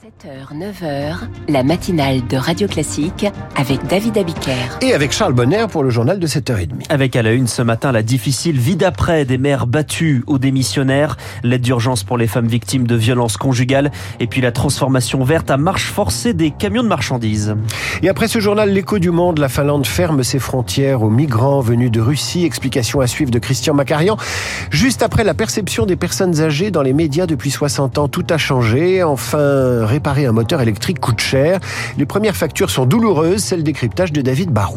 7h, 9h, la matinale de Radio Classique avec David Abiker. Et avec Charles Bonner pour le journal de 7h30. Avec à la une ce matin la difficile vie d'après des mères battues ou démissionnaires, l'aide d'urgence pour les femmes victimes de violences conjugales et puis la transformation verte à marche forcée des camions de marchandises. Et après ce journal, l'écho du monde, la Finlande ferme ses frontières aux migrants venus de Russie. Explication à suivre de Christian Macarian. Juste après la perception des personnes âgées dans les médias depuis 60 ans, tout a changé. Enfin, réparer un moteur électrique coûte cher. Les premières factures sont douloureuses, c'est le décryptage de David Barou.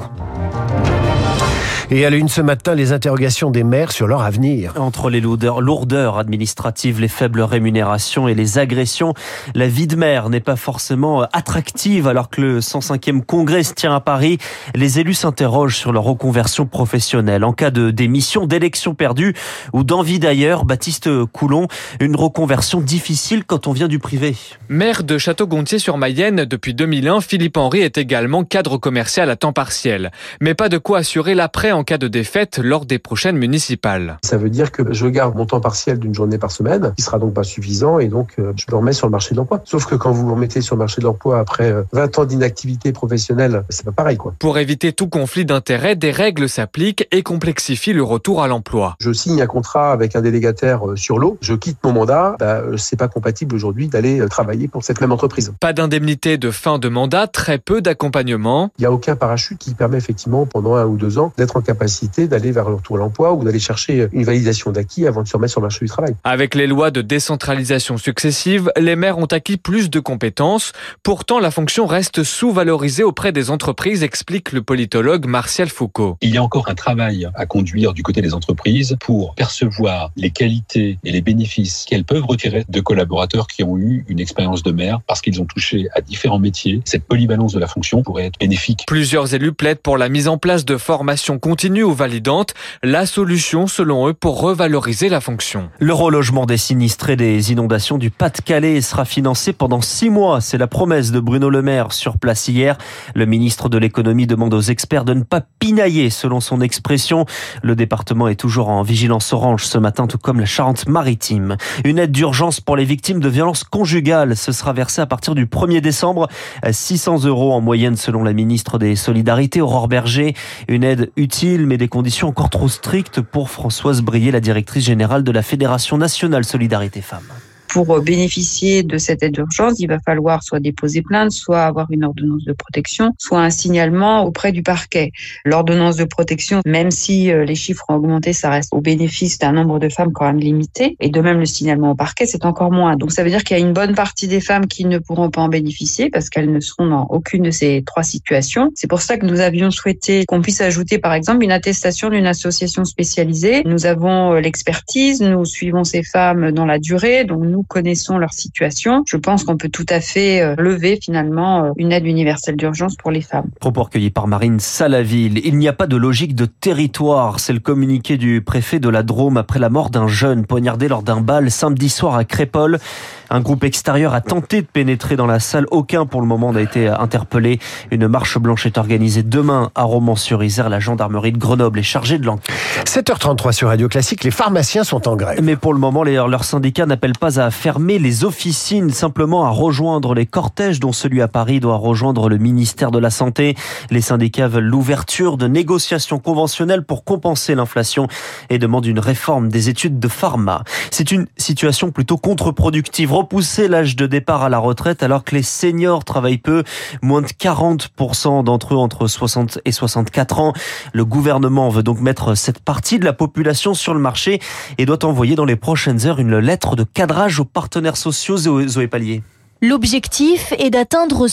Et à la une ce matin, les interrogations des maires sur leur avenir. Entre les lourdeurs administratives, les faibles rémunérations et les agressions, la vie de maire n'est pas forcément attractive alors que le 105e congrès se tient à Paris. Les élus s'interrogent sur leur reconversion professionnelle. En cas de démission, d'élection perdue ou d'envie d'ailleurs, Baptiste Coulon, une reconversion difficile quand on vient du privé. Maire de Château-Gontier-sur-Mayenne depuis 2001, Philippe Henry est également cadre commercial à temps partiel. Mais pas de quoi assurer l'après en cas de défaite lors des prochaines municipales. Ça veut dire que je garde mon temps partiel d'une journée par semaine, qui sera donc pas suffisant, et donc je me remets sur le marché de l'emploi. Sauf que quand vous vous remettez sur le marché de l'emploi après 20 ans d'inactivité professionnelle, c'est pas pareil, quoi. Pour éviter tout conflit d'intérêts, des règles s'appliquent et complexifient le retour à l'emploi. Je signe un contrat avec un délégataire sur l'eau, je quitte mon mandat, c'est pas compatible aujourd'hui d'aller travailler pour cette même entreprise. Pas d'indemnité de fin de mandat, très peu d'accompagnement. Il n'y a aucun parachute qui permet effectivement pendant 1 ou 2 ans d'être en capacité d'aller vers le retour à l'emploi ou d'aller chercher une validation d'acquis avant de se remettre sur le marché du travail. Avec les lois de décentralisation successives, les maires ont acquis plus de compétences. Pourtant, la fonction reste sous-valorisée auprès des entreprises, explique le politologue Martial Foucault. Il y a encore un travail à conduire du côté des entreprises pour percevoir les qualités et les bénéfices qu'elles peuvent retirer de collaborateurs qui ont eu une expérience de maire parce qu'ils ont touché à différents métiers. Cette polyvalence de la fonction pourrait être bénéfique. Plusieurs élus plaident pour la mise en place de formations continue ou validante, la solution selon eux pour revaloriser la fonction. Le relogement des sinistrés des inondations du Pas-de-Calais sera financé pendant 6 mois. C'est la promesse de Bruno Le Maire sur place hier. Le ministre de l'économie demande aux experts de ne pas pinailler selon son expression. Le département est toujours en vigilance orange ce matin, tout comme la Charente-Maritime. Une aide d'urgence pour les victimes de violences conjugales. Ce sera versé à partir du 1er décembre. 600 € en moyenne selon la ministre des Solidarités, Aurore Berger. Une aide utile, mais des conditions encore trop strictes pour Françoise Brier, la directrice générale de la Fédération nationale Solidarité Femmes. Pour bénéficier de cette aide d'urgence, il va falloir soit déposer plainte, soit avoir une ordonnance de protection, soit un signalement auprès du parquet. L'ordonnance de protection, même si les chiffres ont augmenté, ça reste au bénéfice d'un nombre de femmes quand même limité. Et de même, le signalement au parquet, c'est encore moins. Donc ça veut dire qu'il y a une bonne partie des femmes qui ne pourront pas en bénéficier parce qu'elles ne seront dans aucune de ces 3 situations. C'est pour ça que nous avions souhaité qu'on puisse ajouter, par exemple, une attestation d'une association spécialisée. Nous avons l'expertise, nous suivons ces femmes dans la durée, donc nous connaissons leur situation. Je pense qu'on peut tout à fait lever finalement une aide universelle d'urgence pour les femmes. Propos recueillis par Marine Salaville. Il n'y a pas de logique de territoire. C'est le communiqué du préfet de la Drôme après la mort d'un jeune poignardé lors d'un bal samedi soir à Crépol. Un groupe extérieur a tenté de pénétrer dans la salle. Aucun pour le moment n'a été interpellé. Une marche blanche est organisée demain à Romans-sur-Isère. La gendarmerie de Grenoble est chargée de l'enquête. 7h33 sur Radio Classique, les pharmaciens sont en grève. Mais pour le moment, leur syndicat n'appelle pas à fermer les officines, simplement à rejoindre les cortèges dont celui à Paris doit rejoindre le ministère de la Santé. Les syndicats veulent l'ouverture de négociations conventionnelles pour compenser l'inflation et demandent une réforme des études de pharma. C'est une situation plutôt contre-productive. Repousser l'âge de départ à la retraite alors que les seniors travaillent peu, moins de 40% d'entre eux entre 60 et 64 ans. Le gouvernement veut donc mettre cette partie de la population sur le marché et doit envoyer dans les prochaines heures une lettre de cadrage aux partenaires sociaux. Zoé Pallier. L'objectif est d'atteindre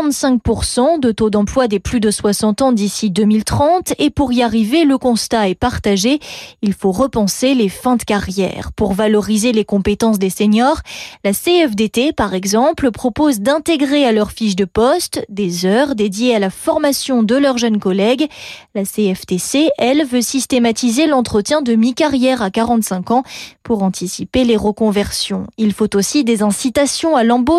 65% de taux d'emploi des plus de 60 ans d'ici 2030 et pour y arriver, le constat est partagé. Il faut repenser les fins de carrière. Pour valoriser les compétences des seniors, la CFDT, par exemple, propose d'intégrer à leur fiche de poste des heures dédiées à la formation de leurs jeunes collègues. La CFTC, elle, veut systématiser l'entretien de mi-carrière à 45 ans pour anticiper les reconversions. Il faut aussi des incitations à l'embauche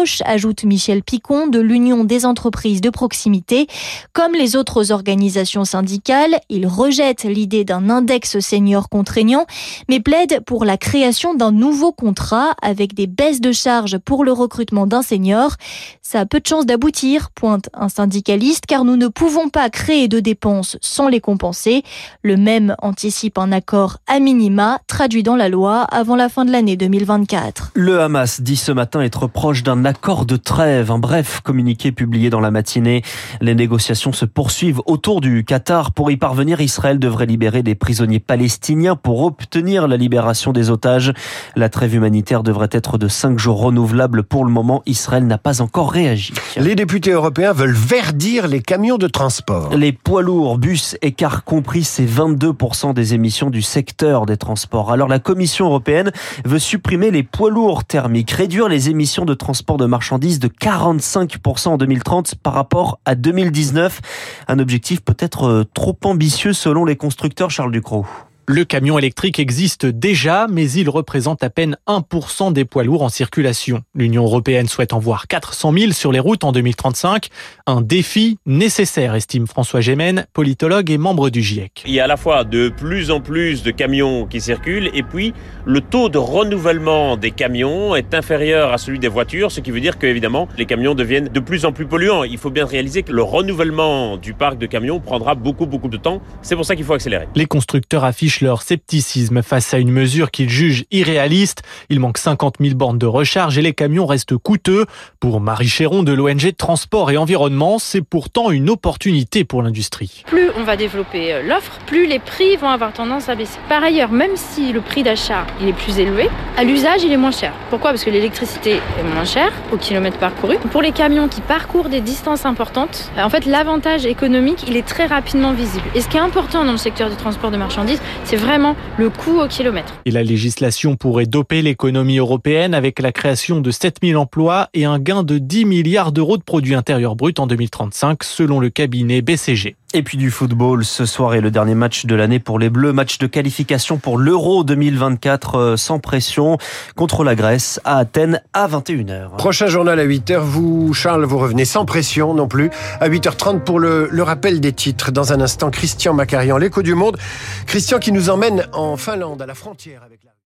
gauche, ajoute Michel Picon de l'Union des entreprises de proximité. Comme les autres organisations syndicales, il rejette l'idée d'un index senior contraignant, mais plaide pour la création d'un nouveau contrat avec des baisses de charges pour le recrutement d'un senior. Ça a peu de chances d'aboutir, pointe un syndicaliste, car nous ne pouvons pas créer de dépenses sans les compenser. Le même anticipe un accord à minima, traduit dans la loi avant la fin de l'année 2024. Le Hamas dit ce matin être proche d'un accord de trêve. Un bref communiqué publié dans la matinée. Les négociations se poursuivent autour du Qatar. Pour y parvenir, Israël devrait libérer des prisonniers palestiniens pour obtenir la libération des otages. La trêve humanitaire devrait être de 5 jours renouvelables. Pour le moment, Israël n'a pas encore réagi. Les députés européens veulent verdir les camions de transport. Les poids lourds, bus et cars compris, c'est 22% des émissions du secteur des transports. Alors la Commission européenne veut supprimer les poids lourds thermiques, réduire les émissions de transport de marchandises de 45% en 2030 par rapport à 2019. Un objectif peut-être trop ambitieux selon les constructeurs, Charles Ducrot. Le camion électrique existe déjà, mais il représente à peine 1% des poids lourds en circulation. L'Union européenne souhaite en voir 400 000 sur les routes en 2035. Un défi nécessaire, estime François Gémen, politologue et membre du GIEC. Il y a à la fois de plus en plus de camions qui circulent et puis le taux de renouvellement des camions est inférieur à celui des voitures, ce qui veut dire qu'évidemment les camions deviennent de plus en plus polluants. Il faut bien réaliser que le renouvellement du parc de camions prendra beaucoup de temps. C'est pour ça qu'il faut accélérer. Les constructeurs affichent leur scepticisme face à une mesure qu'ils jugent irréaliste. Il manque 50 000 bornes de recharge et les camions restent coûteux. Pour Marie Chéron de l'ONG Transport et Environnement, c'est pourtant une opportunité pour l'industrie. Plus on va développer l'offre, plus les prix vont avoir tendance à baisser. Par ailleurs, même si le prix d'achat il est plus élevé, à l'usage il est moins cher. Pourquoi ? Parce que l'électricité est moins chère au kilomètre parcouru. Pour les camions qui parcourent des distances importantes, en fait l'avantage économique il est très rapidement visible. Et ce qui est important dans le secteur du transport de marchandises, c'est vraiment le coût au kilomètre. Et la législation pourrait doper l'économie européenne avec la création de 7000 emplois et un gain de 10 milliards d'euros de produit intérieur brut en 2035 selon le cabinet BCG. Et puis du football, ce soir est le dernier match de l'année pour les Bleus. Match de qualification pour l'Euro 2024 sans pression contre la Grèce à Athènes à 21h. Prochain journal à 8h. Vous, Charles, vous revenez sans pression non plus. À 8h30 pour le rappel des titres. Dans un instant, Christian Macarian, l'écho du monde. Christian qui nous emmène en Finlande, à la frontière avec la...